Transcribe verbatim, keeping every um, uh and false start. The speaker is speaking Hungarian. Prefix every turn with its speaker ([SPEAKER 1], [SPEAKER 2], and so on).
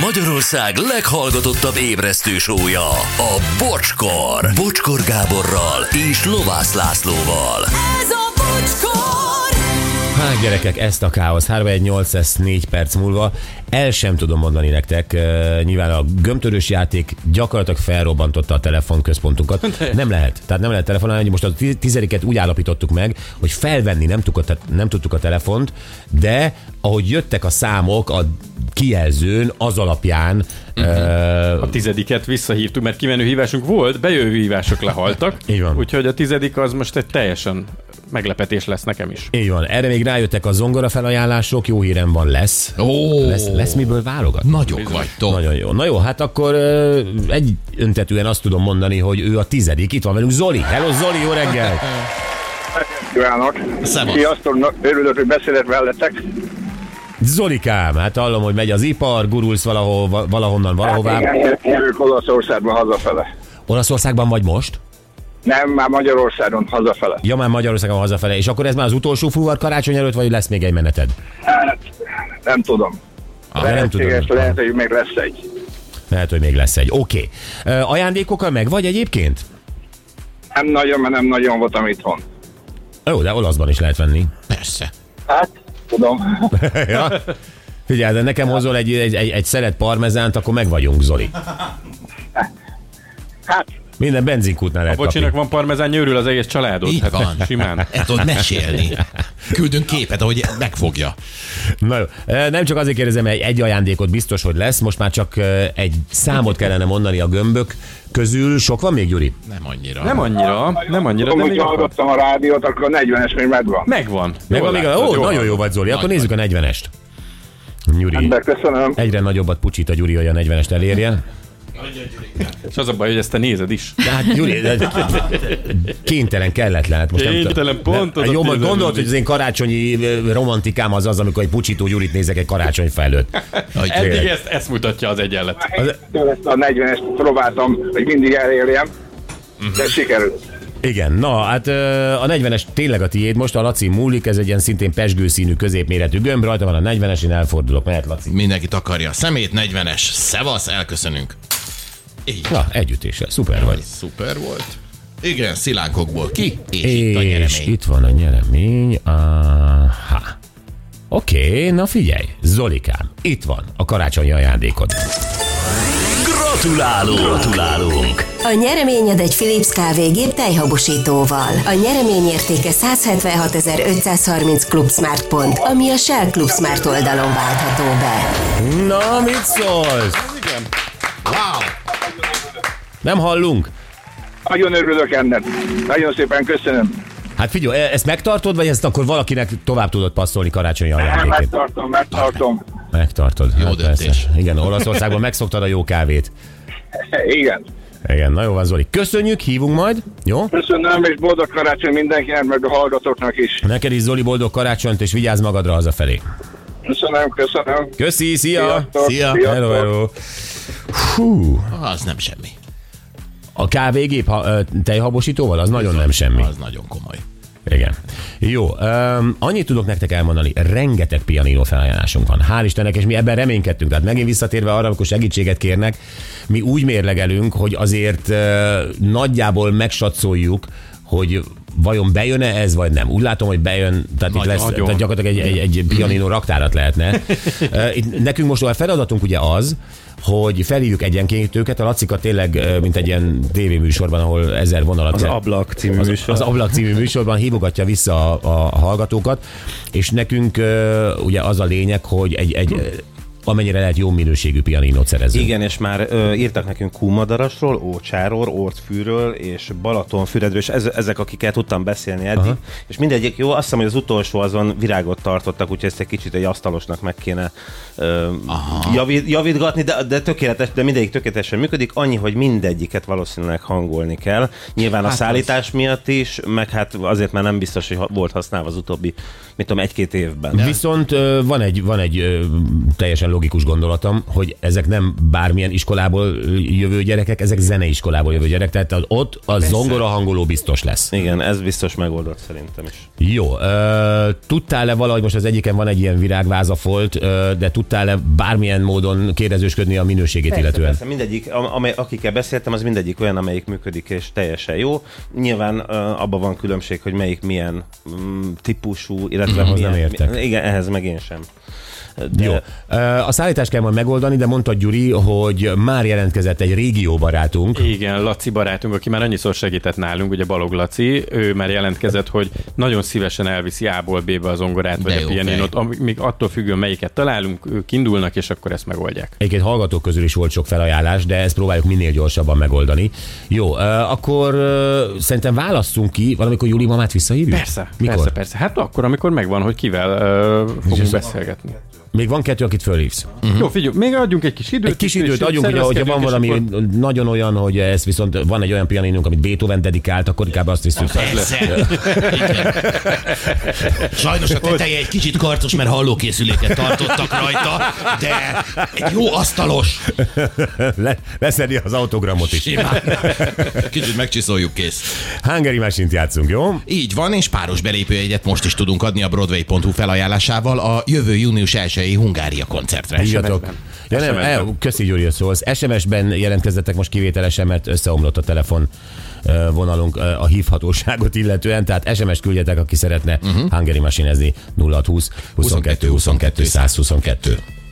[SPEAKER 1] Magyarország leghallgatottabb ébresztő show-ja, a Bocskor. Bocskor Gáborral és Lovász Lászlóval.
[SPEAKER 2] Ez a Bocskor!
[SPEAKER 3] Hát gyerekek, ezt a káosz. három egy nyolc, ez négy perc múlva. El sem tudom mondani nektek. Nyilván a gömbtörős játék gyakorlatilag felrobbantotta a telefonközpontunkat. Nem lehet. Tehát nem lehet telefonálni. Most a tizediket úgy állapítottuk meg, hogy felvenni nem tudtuk a, nem tudtuk a telefont, de ahogy jöttek a számok a kijelzőn, az alapján
[SPEAKER 4] uh-huh. uh, a tizediket visszahívtuk, mert kimenő hívásunk volt, bejövő hívások lehaltak.
[SPEAKER 3] Így van.
[SPEAKER 4] Úgyhogy a tizedik az most egy teljesen meglepetés lesz nekem is.
[SPEAKER 3] Így van. Erre még rájöttek a zongora felajánlások, jó hírem van, lesz.
[SPEAKER 5] Oh.
[SPEAKER 3] Lesz, lesz miből válogatni.
[SPEAKER 5] Nagyok vagytok.
[SPEAKER 3] Nagyon jó. Na jó, hát akkor uh, egy öntetően azt tudom mondani, hogy ő a tizedik. Itt van velünk Zoli. Hello Zoli, jó reggel!
[SPEAKER 6] Kívánok! Sziasztok, örülök, hogy beszélek veletek.
[SPEAKER 3] Zolikám, hát hallom, hogy megy az ipar, gurulsz valahol, valahonnan, valahová.
[SPEAKER 6] Hát igen, jövök Olaszországban hazafele.
[SPEAKER 3] Olaszországban vagy most?
[SPEAKER 6] Nem, már Magyarországon hazafele.
[SPEAKER 3] Ja, már Magyarországon hazafele. És akkor ez már az utolsó fuvar karácsony előtt, vagy lesz még egy meneted?
[SPEAKER 6] Hát, nem tudom.
[SPEAKER 3] Ah, lehetséges,
[SPEAKER 6] lehet, hogy még lesz egy.
[SPEAKER 3] Lehet, hogy még lesz egy. Oké. Okay. Uh, ajándékokkal meg vagy egyébként?
[SPEAKER 6] Nem nagyon, mert nem nagyon voltam itthon.
[SPEAKER 3] Jó, de olaszban is lehet venni.
[SPEAKER 5] Persze.
[SPEAKER 6] Hát, tudom.
[SPEAKER 3] Ja. Figyelj, de nekem hozol egy, egy, egy, egy szelet parmezánt, akkor meg vagyunk, Zoli.
[SPEAKER 6] Hát,
[SPEAKER 3] minden benzinkútnál lehet
[SPEAKER 4] A bocsinak
[SPEAKER 3] kapni.
[SPEAKER 4] van parmezán, nyőrül az egész családot.
[SPEAKER 5] Így
[SPEAKER 4] hát
[SPEAKER 5] van.
[SPEAKER 4] Simán.
[SPEAKER 5] El tudod mesélni. Küldünk képet, ahogy megfogja.
[SPEAKER 3] Na jó. Nem csak azért kérdezem, hogy egy ajándékot biztos, hogy lesz, most már csak egy számot kellene mondani a gömbök közül. Sok van még, Gyuri?
[SPEAKER 5] Nem annyira.
[SPEAKER 4] Nem annyira, nem annyira,
[SPEAKER 6] tudom,
[SPEAKER 4] de
[SPEAKER 6] hogy
[SPEAKER 4] még akar.
[SPEAKER 6] hallgattam a rádiót, akkor a negyvenes még megvan.
[SPEAKER 4] Megvan.
[SPEAKER 3] Megvan még a... Ó, nagyon jó vagy, Zoli. Akkor nézzük a negyvenest. Gyuri.
[SPEAKER 6] De köszönöm.
[SPEAKER 3] Egyre nagyobbat pucsít a Gyuri, hogy a negyvenest elérje.
[SPEAKER 4] És az a baj, hogy ezt te nézed is.
[SPEAKER 3] De hát Gyuri, de kénytelen, kelletlen. Hát most
[SPEAKER 4] Kénytelen,
[SPEAKER 3] nem,
[SPEAKER 4] pont az
[SPEAKER 3] jó,
[SPEAKER 4] a
[SPEAKER 3] majd
[SPEAKER 4] tíz
[SPEAKER 3] gondolt,
[SPEAKER 4] mindig.
[SPEAKER 3] hogy az én karácsonyi romantikám az az, amikor egy pucsító Gyurit nézek egy karácsony előtt.
[SPEAKER 4] Eddig ezt, ezt mutatja az egyenlet.
[SPEAKER 6] Ezt a negyvenest próbáltam, hogy mindig elérjem, de sikerült.
[SPEAKER 3] Igen, na hát a negyvenes tényleg a tiéd most, a Laci múlik, ez egy ilyen szintén pezsgőszínű középméretű gömb, rajta van a negyvenes, én elfordulok, mehet Laci.
[SPEAKER 5] Mindenki takarja a szemét, negyvenes. Szevasz, elköszönünk. Így.
[SPEAKER 3] Na, együttéssel, szuper vagy.
[SPEAKER 5] Szuper volt. Igen, szilánkokból ki, és,
[SPEAKER 3] És
[SPEAKER 5] itt a nyeremény.
[SPEAKER 3] itt van a nyeremény. Aha. Oké, okay, na figyelj, Zolikám, itt van a karácsonyi ajándékod.
[SPEAKER 1] Gratulálunk! Gratulálunk!
[SPEAKER 2] A nyereményed egy Philips kávégép tejhabosítóval. A nyeremény értéke száz hetvenhatezer-ötszázharminc Club Smart pont, ami a Shell Club Smart oldalon váltható be.
[SPEAKER 3] Na, mit szólsz?
[SPEAKER 4] Igen.
[SPEAKER 5] Wow!
[SPEAKER 3] Nem hallunk?
[SPEAKER 6] Nagyon örülök ennek. Nagyon szépen köszönöm.
[SPEAKER 3] Hát figyelj, ezt megtartod, vagy ezt akkor valakinek tovább tudod passzolni karácsonyi
[SPEAKER 6] Nem,
[SPEAKER 3] ajándékét?
[SPEAKER 6] megtartom, megtartom.
[SPEAKER 3] Megtartod.
[SPEAKER 5] Jó
[SPEAKER 3] Hát
[SPEAKER 5] döntés.
[SPEAKER 3] persze. Igen, Olaszországban megszoktad a jó kávét.
[SPEAKER 6] Igen.
[SPEAKER 3] Igen, na jó van, Zoli. Köszönjük, hívunk majd, jó?
[SPEAKER 6] Köszönöm, és boldog karácsony mindenkinek, meg a hallgatóknak is.
[SPEAKER 3] Neked is, Zoli, boldog karácsonyt, és vigyázz magadra hazafelé.
[SPEAKER 6] Köszönöm, köszönöm.
[SPEAKER 3] Köszi, szia!
[SPEAKER 6] Sziasztok,
[SPEAKER 5] Szia.
[SPEAKER 6] sziasztok.
[SPEAKER 3] Hello, hello. Hú,
[SPEAKER 5] Az nem semmi.
[SPEAKER 3] a kávégép ha, ö, tejhabosítóval, az nagyon nem semmi.
[SPEAKER 5] Az nagyon komoly.
[SPEAKER 3] Igen. Jó, um, annyit tudok nektek elmondani, rengeteg pianino felajánlásunk van. Hál' Istennek, és mi ebben reménykedtünk. Tehát megint visszatérve arra, amikor segítséget kérnek, mi úgy mérlegelünk, hogy azért uh, nagyjából megsatszoljuk, hogy vajon bejön-e ez, vagy nem. Úgy látom, hogy bejön, tehát itt lesz,
[SPEAKER 4] nagyon.
[SPEAKER 3] tehát gyakorlatilag egy, egy, egy pianino raktárat lehetne. Uh, itt nekünk most a feladatunk ugye az, hogy felhívjuk egyenként őket, a Lacika tényleg, mint egy ilyen tévéműsorban, ahol ezer vonalat...
[SPEAKER 7] Az Ablak című
[SPEAKER 3] az,
[SPEAKER 7] műsor.
[SPEAKER 3] az Ablak című műsorban hívogatja vissza a, a hallgatókat, és nekünk ugye az a lényeg, hogy egy, egy amennyire lehet jó minőségű pianinót szerezzünk.
[SPEAKER 7] Igen, és már ö, írtak nekünk Kúmadarasról, Ócsáról, Orcfűről és Balatonfüredről, és ez, ezek, akikkel tudtam beszélni eddig. Aha. És mindegyik jó, azt hiszem, hogy az utolsó azon virágot tartottak, úgyhogy ezt egy kicsit egy asztalosnak meg kéne ö, javít, javítgatni, de, de tökéletes, de mindegyik tökéletesen működik, annyi, hogy mindegyiket valószínűleg hangolni kell. Nyilván hát a szállítás az... miatt is, meg hát azért már nem biztos, hogy volt használva az utóbbi, mit tudom, egy-két évben.
[SPEAKER 3] Viszont ö, van egy, van egy ö, teljesen logikus gondolatom, hogy ezek nem bármilyen iskolából jövő gyerekek, ezek zeneiskolából jövő gyerek, tehát ott a zongora hangoló biztos lesz.
[SPEAKER 7] Igen, ez biztos megoldott szerintem is.
[SPEAKER 3] Jó, ö, tudtál-e valahogy, most az egyiken van egy ilyen virágvázafolt, ö, de tudtál-e bármilyen módon kérdezősködni a minőségét
[SPEAKER 7] Persze,
[SPEAKER 3] illetően?
[SPEAKER 7] persze, mindegyik, amely, akikkel beszéltem, az mindegyik olyan, amelyik működik és teljesen jó. Nyilván uh, abban van különbség, hogy melyik milyen um, típusú, illetve
[SPEAKER 3] Ahhoz
[SPEAKER 7] milyen,
[SPEAKER 3] nem értek.
[SPEAKER 7] Mi, igen, ehhez meg én sem. De...
[SPEAKER 3] Jó. A szállítást kell majd megoldani, de mondta Gyuri, hogy már jelentkezett egy régió barátunk.
[SPEAKER 4] Igen, Laci barátunk, aki már annyiszor segített nálunk, ugye Balog Laci, ő már jelentkezett, hogy nagyon szívesen elviszi A-ból B-be az zongorát, vagy a pianinot, még attól függően melyiket találunk, ők indulnak, és akkor ezt megoldják.
[SPEAKER 3] Egyébként hallgatók közül is volt sok felajánlás, de ezt próbáljuk minél gyorsabban megoldani. Jó, akkor szerintem válasszunk ki, valamikor Júli mamát visszahívjuk?
[SPEAKER 4] Persze,
[SPEAKER 3] Mikor?
[SPEAKER 4] persze, persze. Hát akkor, amikor megvan, hogy kivel uh, fogunk beszélgetni.
[SPEAKER 3] Még van kettő, akit fölhívsz.
[SPEAKER 4] Uh-huh. Jó, figyelj, még adjunk egy kis időt.
[SPEAKER 3] Egy kis időt adjunk, ugye, hogyha van valami akkor... nagyon olyan, hogy ez viszont van egy olyan pianinunk, amit Beethoven dedikált, akkor inkább azt visszük.
[SPEAKER 5] Sajnos a teteje egy kicsit karcos, mert hallókészüléket tartottak rajta, de egy jó asztalos.
[SPEAKER 3] Le, leszedi az autogramot is.
[SPEAKER 5] Simán. Kicsit megcsiszoljuk, kész.
[SPEAKER 3] Hungary Machine-t játszunk, jó?
[SPEAKER 5] Így van, és páros belépőjegyet most is tudunk adni a Broadway pont hu felajánlásával a jövő június elsejei Hungária koncertre.
[SPEAKER 3] Hívjatok. Ja, nem, el, köszi Gyuri, szólsz. es em es-ben jelentkezzetek most kivételesen, mert összeomlott a telefon vonalunk a hívhatóságot illetően, tehát es em es küldjetek, aki szeretne uh-huh. Hungary Machine-ezni nulla hat húsz huszonkettő huszonkettő százhuszonkettő.